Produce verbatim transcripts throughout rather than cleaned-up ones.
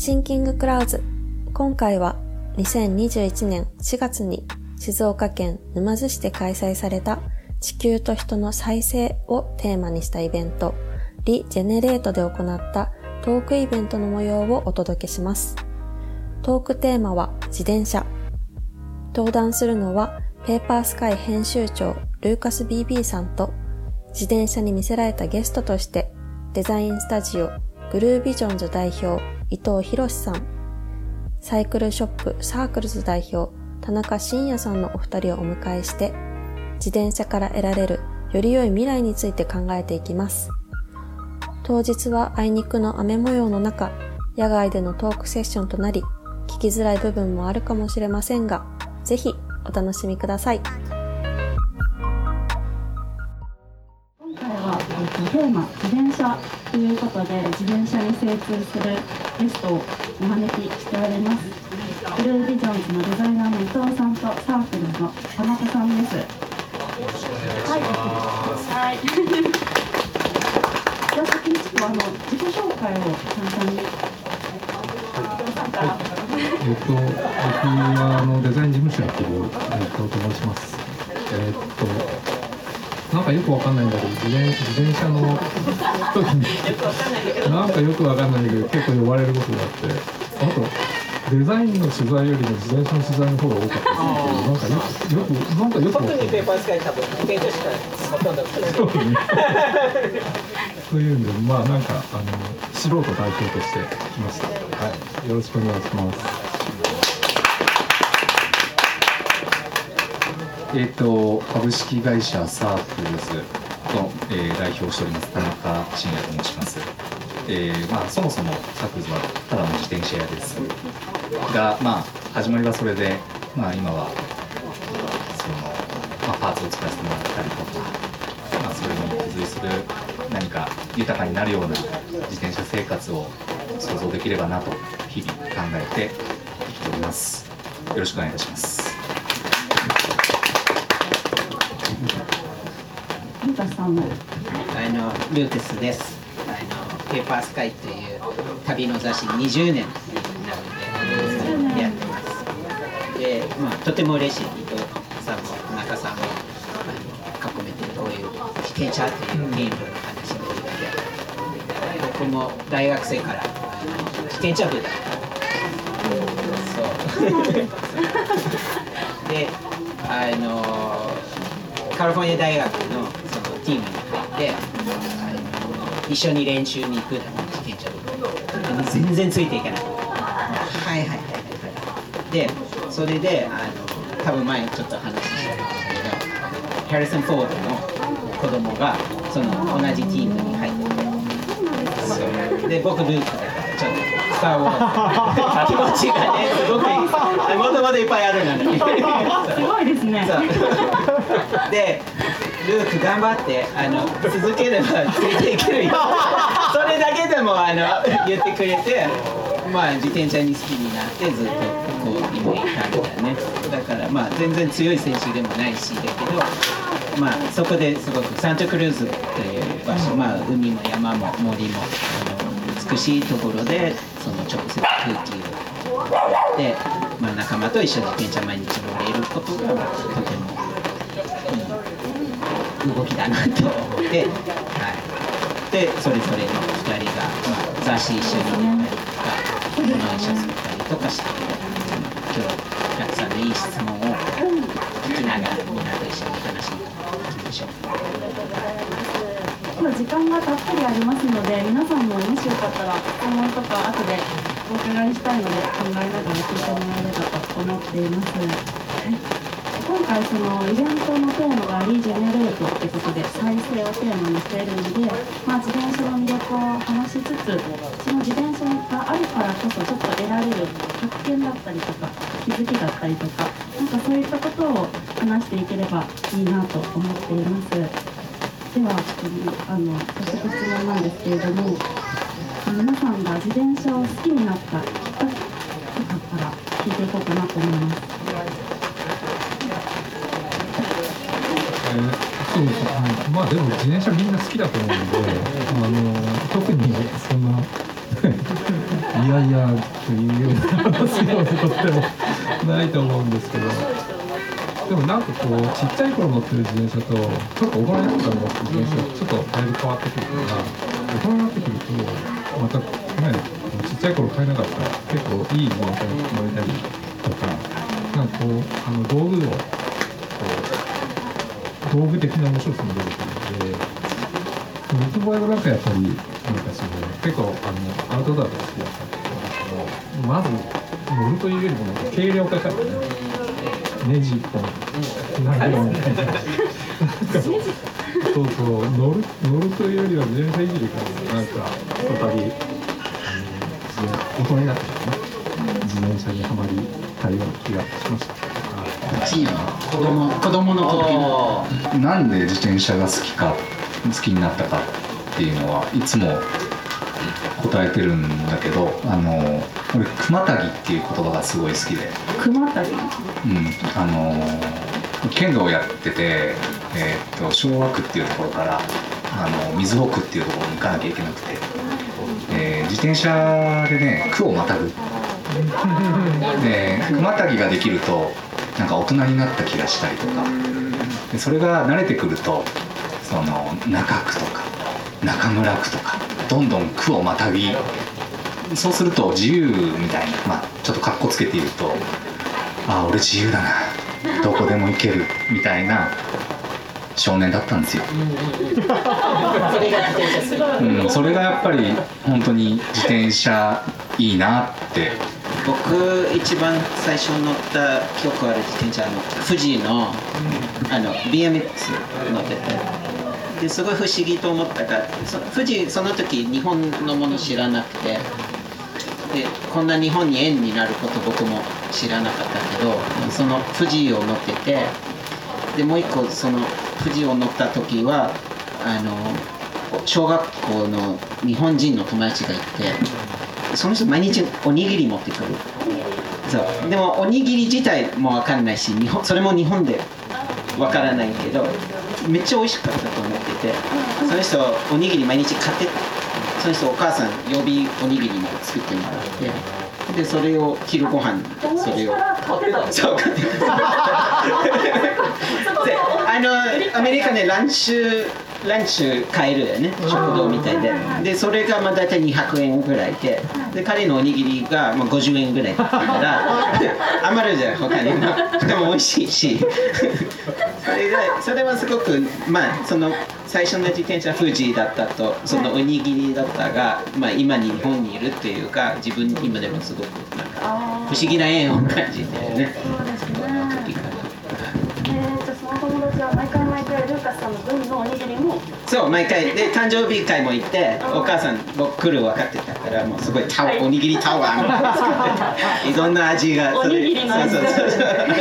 シンキングクラウズ。今回はにせんにじゅういちねんしがつに静岡県沼津市で開催された地球と人の再生をテーマにしたイベントリジェネレートで行ったトークイベントの模様をお届けします。トークテーマは自転車。登壇するのはペーパースカイ編集長ルーカス ビービー さんと自転車に魅せられたゲストとしてデザインスタジオグルービジョンズ代表伊藤博さん、サイクルショップサークルズ代表田中伸也さんのお二人をお迎えして自転車から得られるより良い未来について考えていきます。当日はあいにくの雨模様の中、野外でのトークセッションとなり聞きづらい部分もあるかもしれませんが、ぜひお楽しみください。 今回は、えっと、テーマ自転車ということで自転車に精通するゲストをお招きしております。ブルービジョンズのデザイナーの伊藤さんとサークルの田中さんです。はい、はい。じゃあ先にちょっとあの自己紹介を簡単に。 はい、えっと、僕はあのデザイン事務所やってる伊藤と申します。えっと、なんかよくわかんないんだけど、自転、自転車の時になんかよくわかんないんだけど、結構呼ばれることがあって、あとデザインの取材よりも自転車の取材の方が多かったですけど、なんかよく、よく、なんかよくわかんない。特にペーパースカイ多分自転車しかほとんどそうね。そういうんで、まあなんかあの素人代表として来ました。はい、よろしくお願いします。 えーと、株式会社サークルズの、えー、代表をしております田中伸也と申します。えーまあ、そもそもサークルズはただの自転車屋ですが、まあ、始まりはそれで、まあ、今はその、まあ、パーツを作らせてもらったりとか、まあ、それに付随する何か豊かになるような自転車生活を想像できればなと日々考えて生きております。よろしくお願いいたします。 ルーカスさんもあのルーカスです。あのペーパースカイという旅の雑誌にじゅうねんになるのでやってます。で、まあ、とても嬉しい。伊藤さんも田中さんもあの囲めてこういう自転車という言語の話もできて、僕も大学生から自転車部だった。そうで、あのカリフォルニア大学のそのチームに入って、あの一緒に練習に行く自転車でも全然ついていけない。はいはいはいはい。で、それであの多分前ちょっと話したんですけど、ハリソン・フォードの子供がその同じチームに入ってて、そうで僕ルークだからちょっとスター・ウォーズ気持ちがねすごくいい。もともといっぱいあるのに。 すごいですね。 で、ルーク頑張ってあの続ければついていけるよ。それだけでもあの言ってくれて、まあ自転車に好きになってずっとこう今いたんだよね。だからまあ全然強い選手でもないしだけど、まあそこですごくサンタクルーズという場所、まあ海も山も森もあの美しいところでその直接空気をで、まあ仲間と一緒に自転車毎日乗れることがとても動きだなと思って、はい、でそれぞれのふたりが、まあ、雑誌一緒に出たりとか物を一緒に作ったりとかして、今日たくさんのいい質問を聞きながらみんなと一緒に話していきましょう。 今日時間がたっぷりありますので、皆さんももしよかったら質問とか後でお伺いしたいので考えながら聞いてもらえればと思っています。はい、今回そのイベントのテーマがリジェネレートということで再生をテーマにしているので、まあ、自転車の魅力を話しつつ、その自転車があるからこそちょっと得られる発見だったりとか気づきだったりとか、なんかそういったことを話していければいいなと思っています。ではあの早速質問なんですけれども、皆さんが自転車を好きになったきっかけとかから聞いていこうかなと思います。 えー、そうですね。まあでも自転車みんな好きだと思うので、あの特にそんなリやいやというような話をとってもないと思うんですけど、でもなんかこうちっちゃい頃乗ってる自転車とちょっと大人になってから乗ってる自転車ちょっとだいぶ変わってくるから、大人になってくるとまたね、ちっちゃい頃買えなかった結構いい自転車に乗れたりとか、なんかこうあの道具をこう道具的な面白さも出てくるので、僕の場合はなんかやっぱりなんかその結構あのアウトドアが好きだったんですけど、まず乗るというよりもなんか軽量化からね、ネジ一本投げるみたいなそうそう、乗る乗るというよりは自転車いじりからなんか再び大人になってからね、自転車にはまりたような気がしました。 チーム子供子供の時なんで自転車が好きか好きになったかっていうのはいつも答えてるんだけど、あの俺熊たぎっていう言葉がすごい好きで、 熊たぎ、 うん、あの剣道をやってて、えー、と昭和区っていうところからあの水穂区っていうところに行かなきゃいけなくて、えー、自転車でね区をまたぐで熊たぎができるとなんか大人になった気がしたりとかで、それが慣れてくるとその中区とか中村区とかどんどん区をまたぎ、そうすると自由みたいな、まあ、ちょっとカッコつけて言うと、ああ俺自由だな、どこでも行けるみたいな少年だったんですよ。 それが自転車する、 うん、それがやっぱり本当に自転車いいなって。 僕一番最初乗った記憶ある自転車の富士の、あの ビーエムエックス 乗ってて、ですごい不思議と思ったから、そ富士その時日本のもの知らなくて、でこんな日本に円になること僕も知らなかったけど、その富士を乗ってて、でもう一個その富士を乗った時はあの小学校の日本人の友達がいて、その人毎日おにぎり持ってくる。そうでもおにぎり自体も分かんないし、日本それも日本で分からないけどめっちゃ美味しかったと思ってて、その人おにぎり毎日買ってた。その人お母さん曜日おにぎりも作ってもらって、でそれを昼ご飯それをそう買ってたで、あのアメリカでランチランチ買えるよね、食堂みたいで、でそれがまあ大体にひゃくえんぐらいで、で彼のおにぎりがまあごじゅうえんぐらいだったから余るじゃん他にも、しかも美味しいしそれがそれはすごくまあその最初の自転車富士だったとそのおにぎりだったが、まあ、今日本にいるっていうか、自分今でもすごくなんか不思議な縁を感じてるね。 友達は毎回毎回ルーカスさんの分のおにぎりもそう毎回で誕生日会も行って、お母さん僕来る分かってたからもうすごいタワー、おにぎりタワーも作っていろんな味がおにぎりの味そうそうそう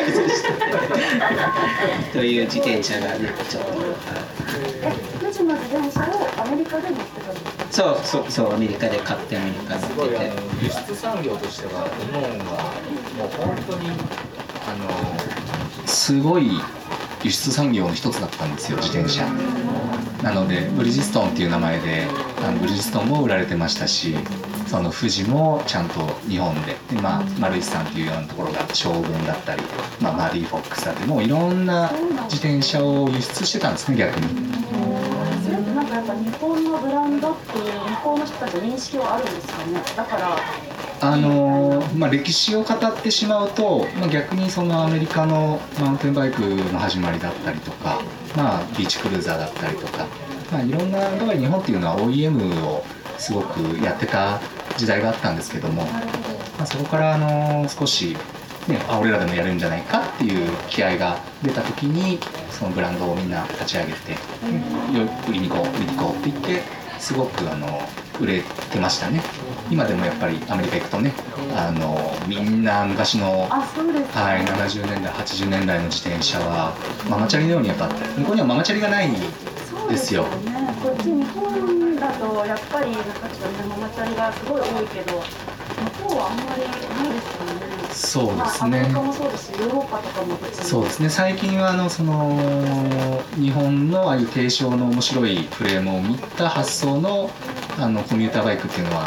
という自転車がねちょっとえ富士の自転車をアメリカで乗ってたんですか？ そうそうそうアメリカで買ってアメリカに乗ってて、 輸出産業としては日本はもう本当にあのすごい輸出産業の一つだったんですよ自転車なので、ブリヂストンっていう名前であのブリヂストンも売られてましたし、その富士もちゃんと日本で、で、まあ、丸石さんっていうようなところが将軍だったり、まあ、マディ・フォックスだってもういろんな自転車を輸出してたんですね逆に。 それってなんかやっぱ日本のブランドっていう向こうの人たちの認識はあるんですかね。だからあのまあ、歴史を語ってしまうと、まあ、逆にそのアメリカのマウンテンバイクの始まりだったりとか、まあ、ビーチクルーザーだったりとか、まあ、いろんなやっぱり日本っていうのは オーイーエム をすごくやってた時代があったんですけども、まあ、そこからあの少し、ね、あ俺らでもやるんじゃないかっていう気合が出た時にそのブランドをみんな立ち上げて、よ売りに行こう売りに行こうって言ってすごくあの売れてましたね。今でもやっぱりアメリカ行くとね、あのみんな昔の、はい、ななじゅうねんだいはちじゅうねんだいの自転車はママチャリのようにやっぱ向こうにはママチャリがないんですよ。 そうですよね。こっち日本だとやっぱりなんかちょっとねママチャリがすごい多いけど、向こうはあんまりないですよね。 そうですね。 まあ、アメリカもそうですし、ヨーロッパとかも別に。 そうですね。最近はあのその日本のああいう低床の面白いフレームを見た発想のあのコミューターバイクっていうのは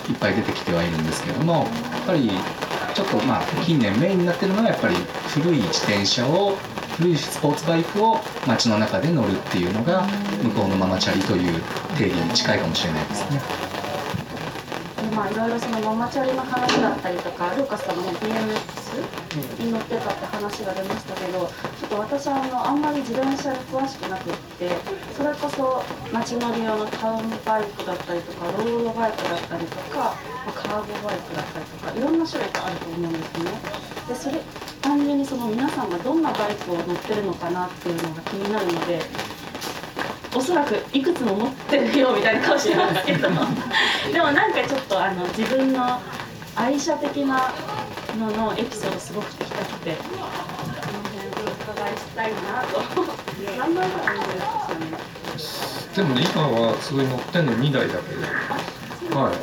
いっぱい出てきてはいるんですけども、やっぱりちょっとまあ近年メインになってるのはやっぱり古い自転車を古いスポーツバイクを街の中で乗るっていうのが向こうのママチャリという定義に近いかもしれないですね。 まあいろいろそのママチャリの話だったりとか、ルーカスさんも ビーエムエックス に乗ってたって話が出ましたけど、ちょっと私はあのあんまり自転車に詳しくなくって、それこそ街乗り用のタウンバイクだったりとか、ロードバイクだったりとか、カーゴバイクだったりとか、いろんな種類があると思うんですね。でそれ単純にその皆さんがどんなバイクを乗ってるのかなっていうのが気になるので、おそらくいくつも持ってるよみたいな顔してますけどでもなんかちょっとあの自分の愛車的なののエピソードすごく聞きたくて、この辺お伺いしたいなと何枚ぐらいあるんですかね。 でもね、今はすごい乗ってんのにだいだけで、はい、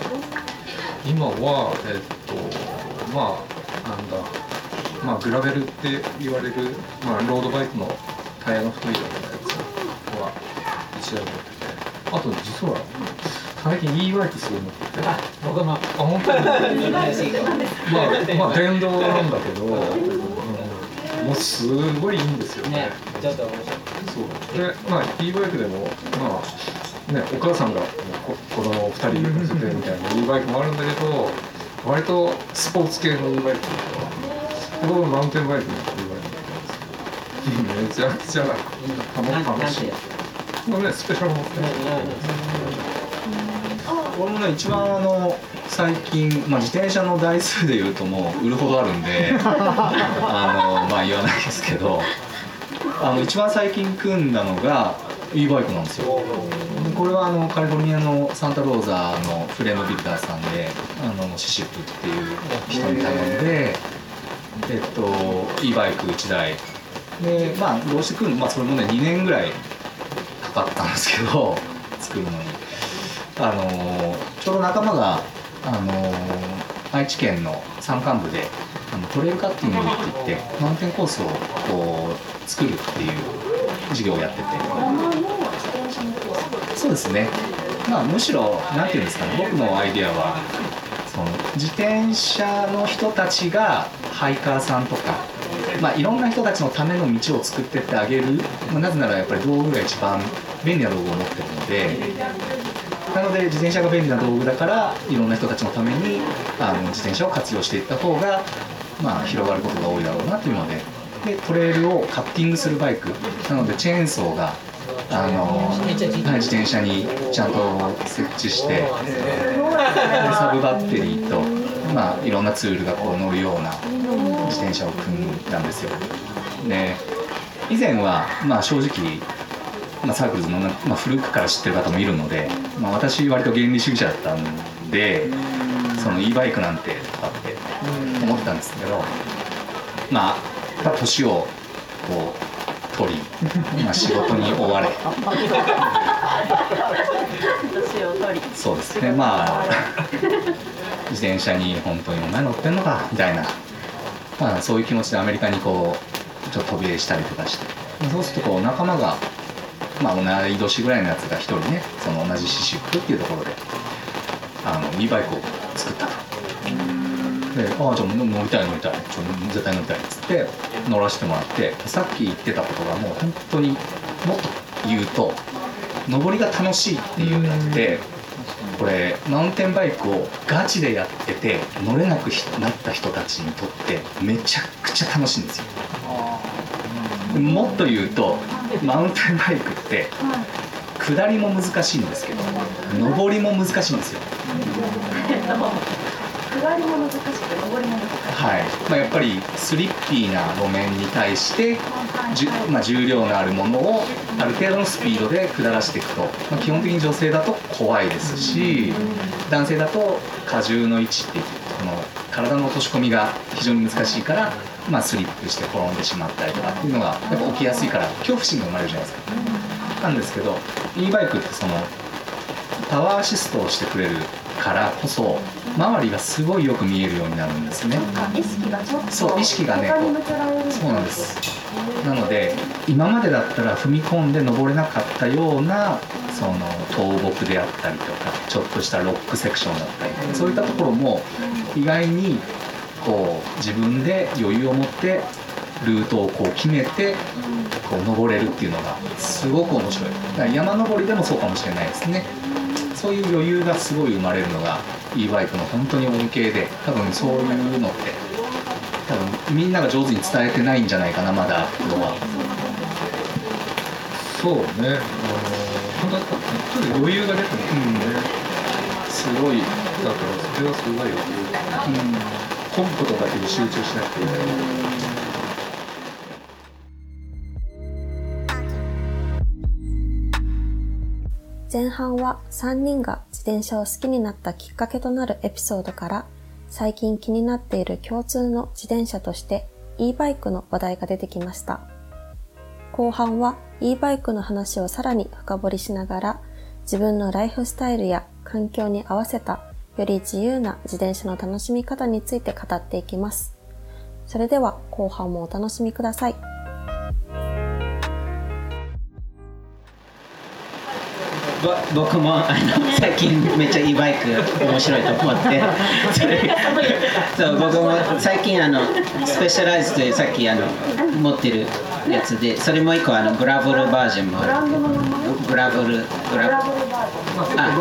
今はえっとまあなんだまあグラベルって言われる、まあ、ロードバイクのタイヤの太いようなやつはいちだい持ってて、あと実は最近 e バイクすごい乗ってて、 あ、僕も。 あ、本当にまあ、まあ電動なんだけど、うん、もうすごいいいんですよね。 ね、ちょっと面白い。 そうで、まあ e バイクでもまあね、お母さんがこ子供をふたり乗せてみたいな e バイクもあるんだけど、割とスポーツ系の e バイクとか、僕もマウンテンバイクの e バイクめちゃくちゃ楽しい。これね、スペシャル持ってる。 俺もね、一番あの最近、まあ、自転車の台数でいうともう売るほどあるんであの、まあ、言わないですけど、あの一番最近組んだのが e バイクなんですよ。これはあのカリフォルニアのサンタローザのフレームビルダーさんで、あのシシップっていう人に頼んで、えっと、e バイクいちだいで、まあ、どうして組む、まあ、それもねにねんぐらいかかったんですけど作るのに。あのちょうど仲間が、あの愛知県の山間部であのトレイルカッティングっていってマウンテンコースをこう作るっていう事業をやってて、そうですね、まあ、むしろなんていうんですかね、僕のアイデアはその自転車の人たちがハイカーさんとか、まあ、いろんな人たちのための道を作ってってあげる、まあ、なぜならやっぱり道具が一番便利な道具を持ってるので。なので自転車が便利な道具だからいろんな人たちのためにあの自転車を活用していった方が、まあ、広がることが多いだろうなというので、でトレイルをカッティングするバイクなのでチェーンソーがあの自転車にちゃんと設置してでサブバッテリーと、まあ、いろんなツールがこう乗るような自転車を組んだんですよ。で以前は、まあ、正直まあ、サークルズの、まあ、古くから知ってる方もいるので、まあ、私割と原理主義者だったんでその e バイクなんてとかって思ってたんですけど、まあ年をこう取り、まあ、仕事に追われ年を取りそうですね、まあ自転車に本当にお前乗ってんのかみたいな、まあ、そういう気持ちでアメリカにこうちょっと飛び出したりとかして、そうするとこう仲間がまあ、同い年ぐらいのやつが一人ね、その同じシシップっていうところであの e バイクを作ったと。で、ああじゃあ乗りたい乗りたい、ちょ絶対乗りたいっつって乗らせてもらって、さっき言ってたことがもう本当にもっと言うと登りが楽しいっていうのって、これマウンテンバイクをガチでやってて乗れなくなった人たちにとってめちゃくちゃ楽しいんですよ。もっと言うとマウンテンバイクって下りも難しいんですけど上りも難しいんですよ。 下りも難しく上りも難しい、 はい、まあ、やっぱりスリッピーな路面に対してじゅ、まあ、重量のあるものをある程度のスピードで下らしていくと、まあ、基本的に女性だと怖いですし、男性だと荷重の位置っていうこの体の落とし込みが非常に難しいから、まあ、スリップして転んでしまったりとかっていうのがやっぱ起きやすいから恐怖心が生まれるじゃないですか。なんですけど e バイクってそのパワーアシストをしてくれるからこそ周りがすごいよく見えるようになるんですね。 意識がちょっとそう意識がねこうそうなんです。なので今までだったら踏み込んで登れなかったようなその倒木であったりとかちょっとしたロックセクションだったりとかそういったところも意外にこう自分で余裕を持ってルートをこう決めてこう登れるっていうのがすごく面白い。だから山登りでもそうかもしれないですね。そういう余裕がすごい生まれるのが e バイクの本当に恩恵で、多分そういうのって多分みんなが上手に伝えてないんじゃないかな、まだのは。 そうね、あの本当ちょっと余裕が出てますね、 うん、すごい。 だからそれはすごいよ、うん、込むことだけに集中しなくていい。 前半はさんにんが自転車を好きになったきっかけとなるエピソードから、最近気になっている共通の自転車として e バイクの話題が出てきました。後半は e バイクの話をさらに深掘りしながら、自分のライフスタイルや環境に合わせたより自由な自転車の楽しみ方について語っていきます。それでは後半もお楽しみください。 僕もあの最近めっちゃ e バイク面白いと思ってそれそう僕も最近あのスペシャライズというさっきあの持ってるやつで、それも一個あのグラブルバージョンもある。グラブルグラブルあ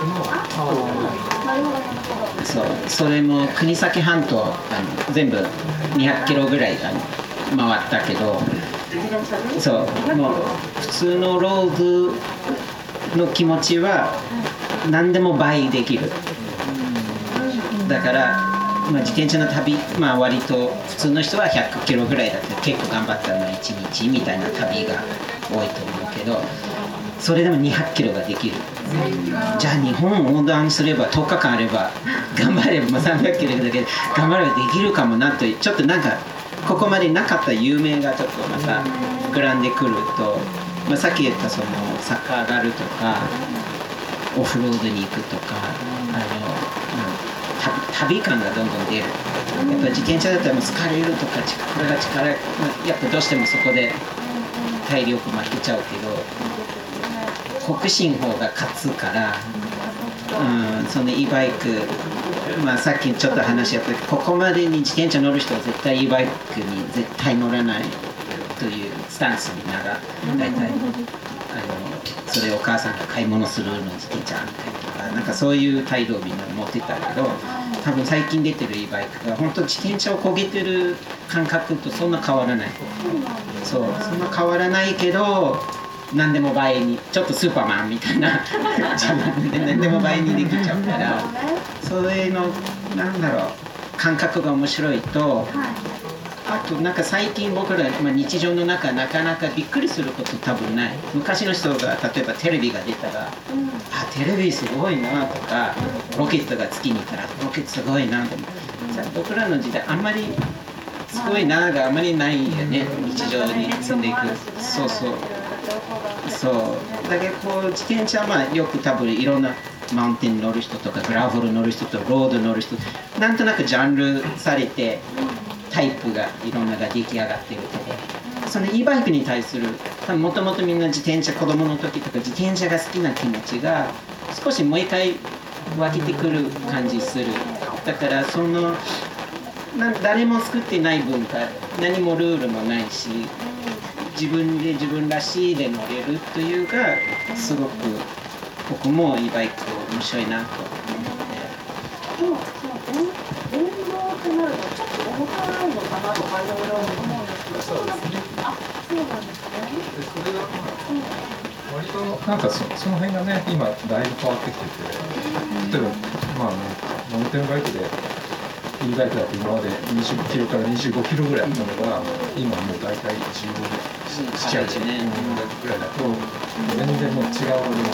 そうそれも国東半島あの全部にひゃくキロぐらいあの回ったけど、そうもう普通のロードの気持ちは何でも倍できる。だから、まあ、自転車の旅、まあ、割と普通の人はひゃくキロぐらいだって結構頑張ったのいちにちみたいな旅が多いと思うけど、それでもにひゃくキロができる。じゃあ日本を横断すればとおかかんあれば頑張れば、まあ、さんびゃくキロだけ頑張ればできるかもなと、ちょっとなんかここまでなかった有名がちょっとまた膨らんでくると、まあ、さっき言ったその坂上がるとかオフロードに行くとか、あの、うん、旅感がどんどん出る。やっぱ自転車だったらもう疲れるとかこれが力、まあ、やっぱどうしてもそこで体力負けちゃうけど北進法が勝つから、うん、その e バイク、まあ、さっきちょっと話し合ったけどここまでに自転車乗る人は絶対 e バイクに絶対乗らないというスタンスになら大体あのそれをお母さんが買い物するの自転車みたいなとかなんかそういう態度をみんな持ってたけど、多分最近出てる e バイクが本当自転車を焦げてる感覚とそんな変わらない。そうそんな変わらないけど何でも倍にちょっとスーパーマンみたいな自分で何でも倍にできちゃうから、そういうのなんだろう感覚が面白いと、あとなんか最近僕ら、まあ、日常の中なかなかびっくりすること多分ない。昔の人が例えばテレビが出たら、うん、あテレビすごいなとか、ロケットが月に行ったらロケットすごいなとか、僕らの時代あんまりすごいながあんまりないよね、日常に住んでいく。そうそうそうだけどこう自転車はまあよく多分いろんなマウンテン乗る人とかグラブル乗る人とロード乗る人なんとなくジャンルされてタイプがいろんなが出来上がってるけど、その e バイクに対するもともとみんな自転車子供の時とか自転車が好きな気持ちが少しもう一回湧きてくる感じする。だからそのな誰も作ってない文化、何もルールもないし自分で自分らしいで乗れるというか、すごく僕も e バイク面白いなと思って。 でもその電動ってなるとちょっと重たいのかなとかいろいろ思うんですけど、そうなんですね。あ、そうなんですね。 それが割となんか そ, その辺がね今だいぶ変わってきてて、例えばまあねモノテンバイクで e バイクだと今までにじゅっキロからにじゅうごキロぐらいあったのが、今もう大体じゅうご、なな、はちぐらいだと全然もう違う乗り物です。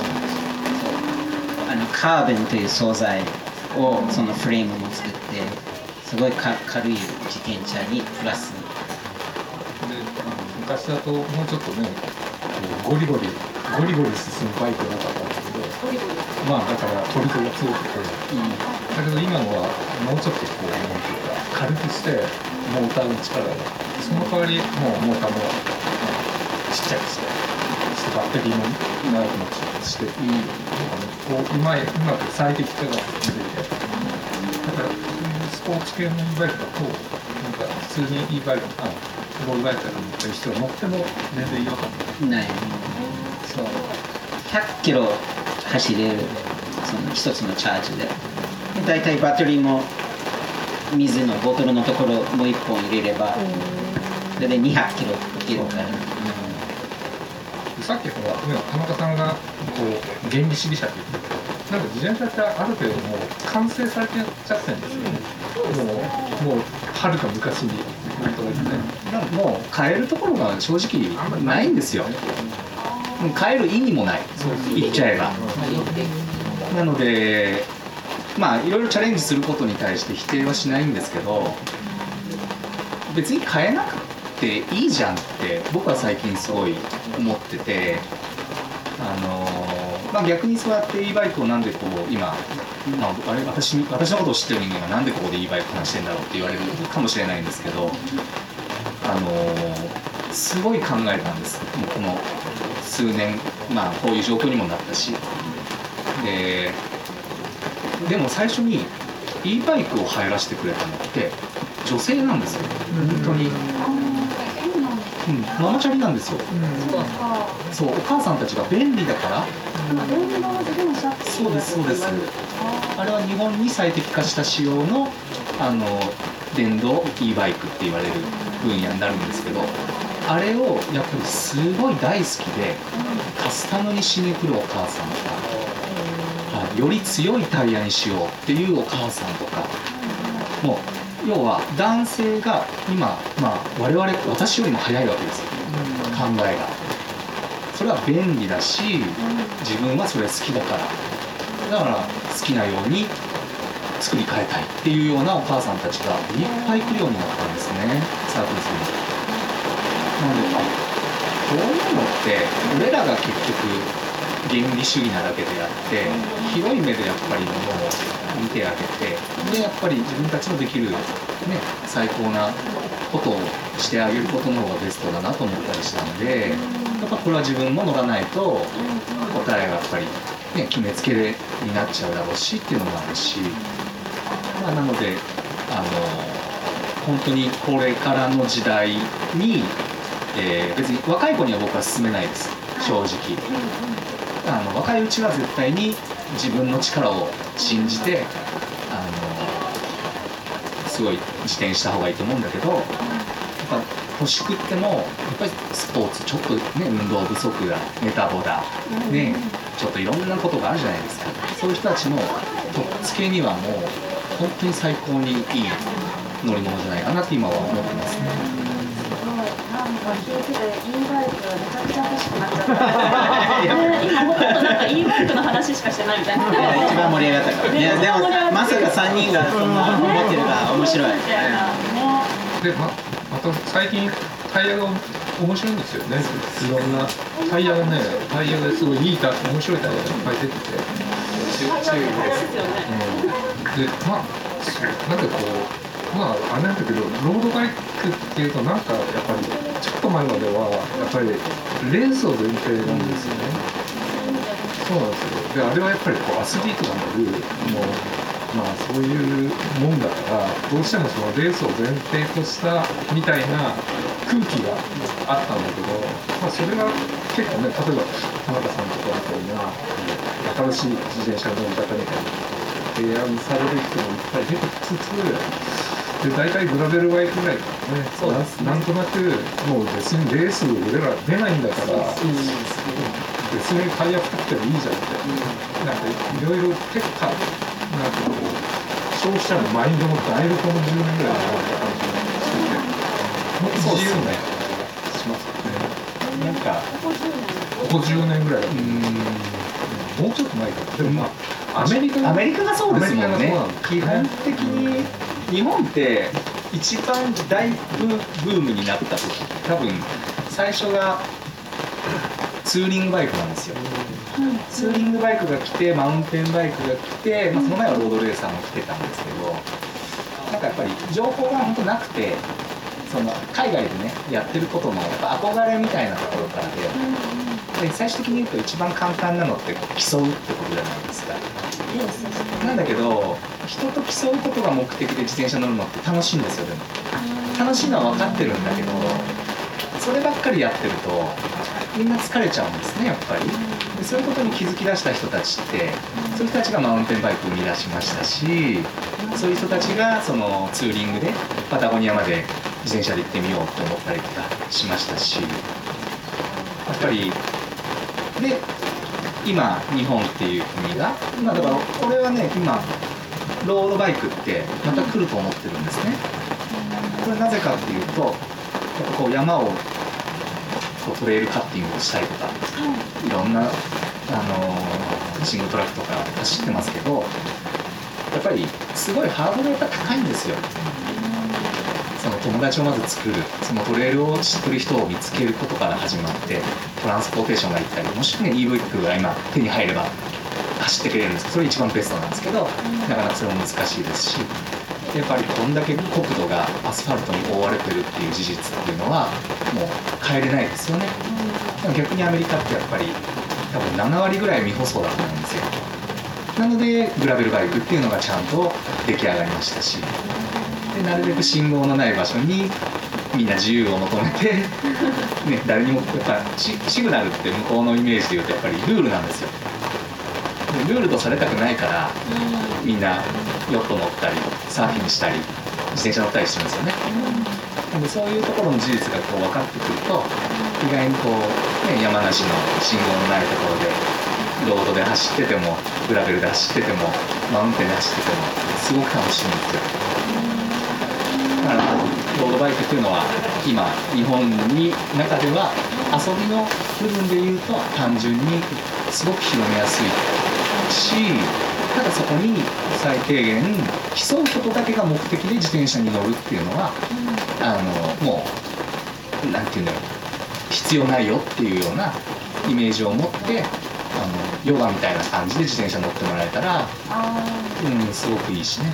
あのカーベンという素材をそのフレームも作ってすごいか軽い自転車にプラスで、 昔だともうちょっとねゴリゴリゴリゴリ進むバイクなかったんですけど、まあだからトルクが強くて、うん、だけど今のはもうちょっとこうなんていうか軽くしてモーターの力がその代わりもうモーターもちっちゃくしてバッテリーも長くなっちゃう。 発していいあのこううまいうまく最適化が進んでいて、だからスポーツ系の e バイクだとなんか普通に e バイクあロードバイクとか乗ってる人が乗っても全然違和感ない。 ない。そうひゃっキロ走れるその一つのチャージで、だいたいバッテリーも水のボトルのところもう一本入れれば大体にひゃくキロいけるから。 さっきほら田中さんがこう原理主義者って言ってたけど、なんか自転車ってある程度もう完成されてちゃってるんですよね。もうもうはるか昔になんとか言って、 もう変えるところが正直ないんですよ。変える意味もない、言っちゃえば。なのでまあいろいろチャレンジすることに対して否定はしないんですけど、別に変えなくていいじゃんって僕は最近すごい思ってて、あのーまあ、逆にそうやって e バイクをなんでこう今、まあ、あれ 私, 私のことを知ってる人間がなんでここで e バイク話してんだろうって言われるかもしれないんですけど、あのー、すごい考えたんです。もうこの数年、まあこういう状況にもなったし、ででも最初に e バイクを入らせてくれたのって女性なんですよ、本当に。うん、ママチャリなんですよ、うん、そう、お母さんたちが便利だから。そうですそうです。あれは日本に最適化した仕様のあの電動 e バイクって言われる分野になるんですけど、あれをやっぱりすごい大好きでカスタムにしに来るお母さんとか、はい、より強いタイヤにしようっていうお母さんとか、もう要は男性が今、まあ、我々私よりも早いわけですよ、考えが。それは便利だし、自分はそれ好きだから、だから好きなように作り変えたいっていうようなお母さんたちがいっぱい来るようになったんですね、サークルズに。なので、あ、こういうのって俺らが結局原理主義なだけであって、広い目でやっぱりものを見てあげて、でやっぱり自分たちのできる、ね、最高なことをしてあげることの方がベストだなと思ったりしたので、やっぱこれは自分も乗らないと答えがやっぱり、ね、決めつけになっちゃうだろうしっていうのもあるし、まあ、なのであの本当にこれからの時代に、えー、別に若い子には僕は勧めないです、正直。あの若いうちは絶対に自分の力を信じて、あのすごい自転した方がいいと思うんだけど、やっぱ年食ってもやっぱりスポーツちょっとね、運動不足だ、メタボだ、ね、ちょっといろんなことがあるじゃないですか。そういう人たちのとっつけにはもう本当に最高にいい乗り物じゃないかなって今は思ってますね。 なんか聞いてて e バイクがめちゃくちゃ欲しくなっちゃった。今ほとんどなんか e バイクの話しかしてないみたいな。 一番盛り上がったから。いやでもまさかさんにんがそんな思ってるから面白い。 でままた最近タイヤが面白いんですよね。いろんなタイヤがね、タイヤがすごいいいタ面白いタイヤがいっぱい出てて。 注意ですよね。 うん、でまあなんかこう。まあ、あれなんだけど、ロードバイクっていうとなんかやっぱりちょっと前まではやっぱりレースを前提なんですよね。そうなんですよ。であれはやっぱりこうアスリートが乗るもうまあそういうもんだから、どうしてもそのレースを前提としたみたいな空気があったんだけど、まあ、それが結構ね、例えば田中さんとかみたいな新しい自転車の乗り方みたいな提案される人もいっぱい出てきつつ、で大体グラベルバイクぐらいからね、そうですね、なんとなくもう別にレース俺ら出ないんだから、別にタイヤ太くてもいいじゃんって、なんかいろいろ結果なんかこう消費者のマインドの台所のじゅうねんぐらいになった感じがしてて、もっと自由なしますよね。なんかここじゅうねんぐらいだと、もうちょっと前から、でもまあアメリカアメリカがそうですもんね。基本的に日本って一番大ブームになった時、多分最初がツーリングバイクなんですよ。ツーリングバイクが来て、マウンテンバイクが来て、まあ、その前はロードレーサーも来てたんですけど、なんかやっぱり情報が本当なくて、その海外でねやってることのやっぱ憧れみたいなところからで、 で最終的に言うと一番簡単なのって競うってことじゃないですか。なんだけど人と競うことが目的で自転車乗るのって楽しいんですよ。でも楽しいのは分かってるんだけど、そればっかりやってるとみんな疲れちゃうんですね、やっぱり。でそういうことに気づき出した人たちって、そういう人たちがマウンテンバイクを生み出しましたし、そういう人たちがそのツーリングでパタゴニアまで自転車で行ってみようと思ったりとかしましたし、やっぱりで今日本っていう国が、まあ、だからこれはね、今ロードバイクってまた来ると思ってるんですね。これなぜかっていうと、やっぱこう山をこうトレイルカッティングをしたりとか、いろんな、あのー、シングルトラックとか走ってますけど、やっぱりすごいハードルが高いんですよ。その友達をまず作る、そのトレイルを知ってる人を見つけることから始まって、トランスポーテーションがいったり、もしくは イーブイ が今手に入れば走ってくれるんですけど、それ一番ベストなんですけど、なかなかそれも難しいですし、やっぱりこんだけ国土がアスファルトに覆われてるっていう事実っていうのはもう変えれないですよね。でも逆にアメリカってやっぱり多分ななわりぐらい未舗装だと思うんですよ。なのでグラベルバイクっていうのがちゃんと出来上がりましたし、でなるべく信号のない場所にみんな自由を求めて、ね、誰にもやっぱシ、シグナルって向こうのイメージでいうとやっぱりルールなんですよ。でルールとされたくないからみんなヨット乗ったりサーフィンしたり自転車乗ったりしてるんですよね。でそういうところの事実がこう分かってくると、意外にこう、ね、山梨の信号のないところでロードで走っててもグラベルで走っててもマウンテンで走っててもすごく楽しいんですよ。だからロードバイクっていうのは今日本に中では遊びの部分でいうと単純にすごく広めやすいし、ただそこに最低限競うことだけが目的で自転車に乗るっていうのは、うん、あのもうなんていうんだろう、必要ないよっていうようなイメージを持ってあのヨガみたいな感じで自転車乗ってもらえたら、うん、すごくいいしね。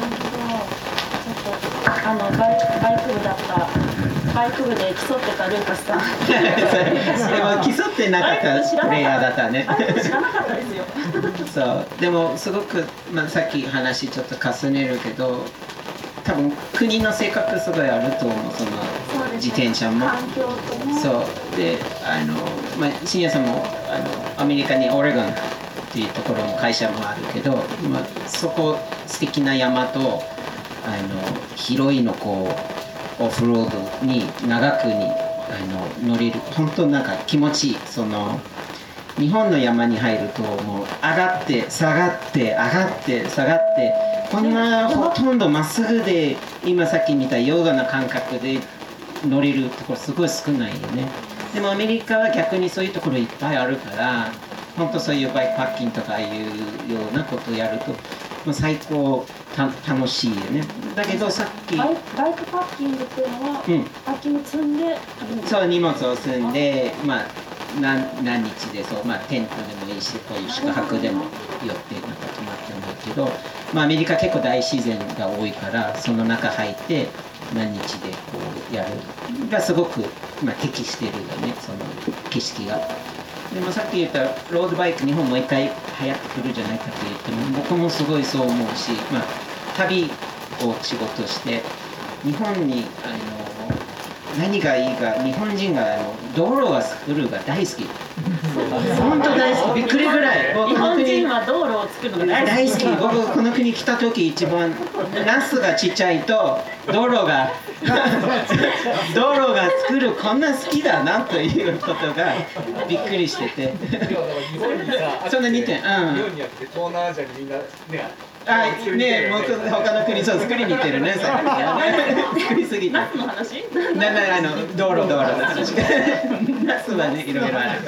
あのバイバイク部だったバイク部で競ってたルーカスさんそれは競ってなかったプレイヤーだったね。 知らなかったですよそうでもすごく、まあ、さっき話ちょっと重ねるけど、多分国の性格すごいあると思う、その自転車も。 環境とね。 そうで、あの、まあ、信也さんもあのアメリカにオレゴンっていうところの会社もあるけど、まあ、そこ素敵な山とあの広いのこうオフロードに長くにあの乗れる、本当なんか気持ちいい。その日本の山に入るともう上がって下がって上がって下がって、こんなほとんどまっすぐで今さっき見たヨガの感覚で乗れるところすごい少ないよね。でもアメリカは逆にそういうところいっぱいあるから、本当そういうバイクパッキングとかいうようなことをやるともう最高た楽しいよね。だけどさっきバイバイクパッキングっていうのは、うん、パッキング積んでそう荷物を積んで、まあ何, 何日でそう、まあ、テントでもいいし、こういう宿泊でも寄ってなんか泊まってもいいけど、まあ、アメリカ結構大自然が多いからその中入って何日でこうやるがすごく、まあ、適してるよね、その景色が。でもさっき言ったロードバイク日本もう一回早く来るじゃないかと言っても僕もすごいそう思うし、まあ、旅を仕事して日本にあの何がいいか、日本人があの道路を作るが大好き。本当大好き、びっくりぐらい。 日本人は道路を作るのが大好き。 大好き。僕この国来た時一番ナスがちっちゃいと道路が道路が作るこんな好きだなということがびっくりしてて。そんな似て、うん。日本にあって東南アジアにみんなね。 あ、ね、もう他の国そう作りに似てるね。作りすぎて。 ナスの話？ ななあの道路道路の話。ナスはねいろいろある。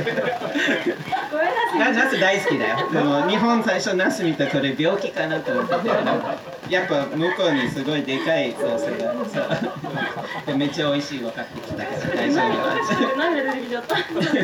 ナス大好きだよ。でも日本最初ナス見たこれ病気かなと思ってて、やっぱ向こうにすごいでかいソースがそうでめっちゃ美味しい分かってきたから大丈夫。 涙出てきちゃった。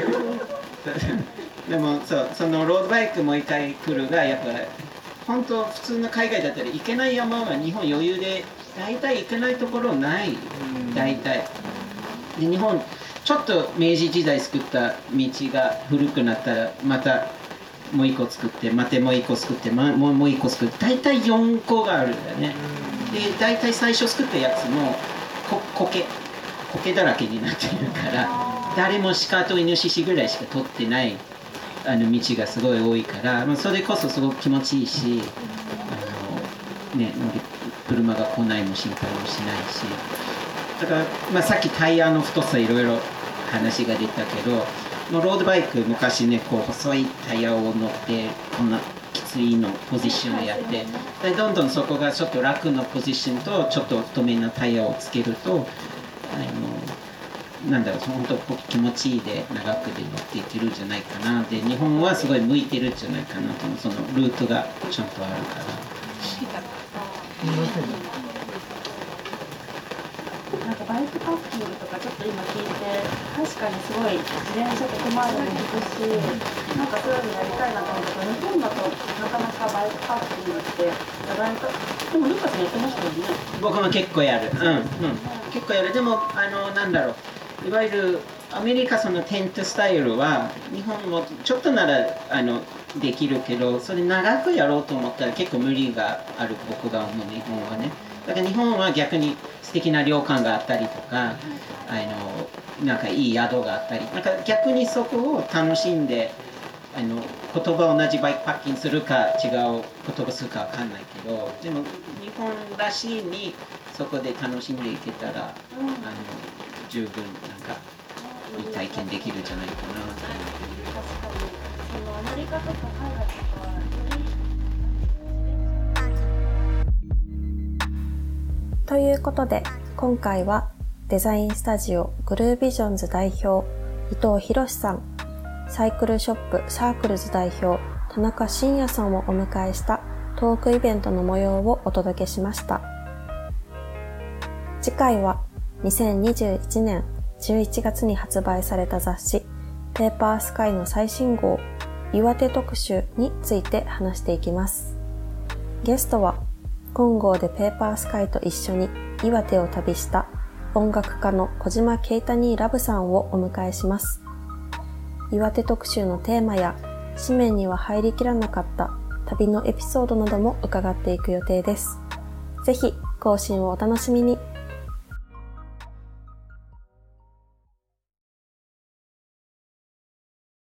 でもそうそのロードバイクもう一回来るがやっぱ本当普通の海外だったら行けない山は日本余裕で大体行けないところない、大体で日本ちょっと明治時代作った道が古くなったらまたもう一個作ってまたもう一個作って、ま、もうもう一個作って大体よんこがあるんだよね。で大体最初作ったやつもこ苔苔だらけになってるから誰も鹿とイノシシぐらいしか通ってないあの道がすごい多いから、まあ、それこそすごく気持ちいいしあの、ね、車が来ないも心配もしないしだから、まあ、さっきタイヤの太さいろいろ話が出たけどロードバイク昔ねこう細いタイヤを乗ってこんなきついのポジションをやってでどんどんそこがちょっと楽なポジションとちょっと太めなタイヤをつけるとあのなんだろう本当気持ちいいで長くで乗っていけるんじゃないかなで日本はすごい向いてるんじゃないかなとそのルートがちゃんとあるから。 なんかバイクパッキングとかちょっと今聞いて確かにすごい自転車と小回りもいくしなんかそういうのやりたいなと思ったけど日本だとなかなかバイクパッキングってやられたでもルカスやってましたよね。 僕も結構やる、うんうん、結構やるでもあのなんだろういわゆるアメリカそのテントスタイルは日本もちょっとならあのできるけどそれ長くやろうと思ったら結構無理がある僕が思う日本はね。だから日本は逆に素敵な旅館があったりとかあのなんかいい宿があったりなんか逆にそこを楽しんであの言葉同じバイクパッキングするか違う言葉するかわかんないけどでも日本らしいにそこで楽しんでいけたら、うん、あの十分なんかいい体験できるんじゃないかなと思って。 確かにそのアメリカとか海外とかはということで今回はデザインスタジオグルービジョンズ代表伊藤博さん、サイクルショップサークルズ代表田中伸也さんをお迎えしたトークイベントの模様をお届けしました。次回はにせんにじゅういちねんじゅういちがつに発売された雑誌ペーパースカイの最新号岩手特集について話していきます。ゲストは本号でペーパースカイと一緒に岩手を旅した音楽家の小島ケイタニーラブさんをお迎えします。岩手特集のテーマや紙面には入りきらなかった旅のエピソードなども伺っていく予定です。ぜひ更新をお楽しみに。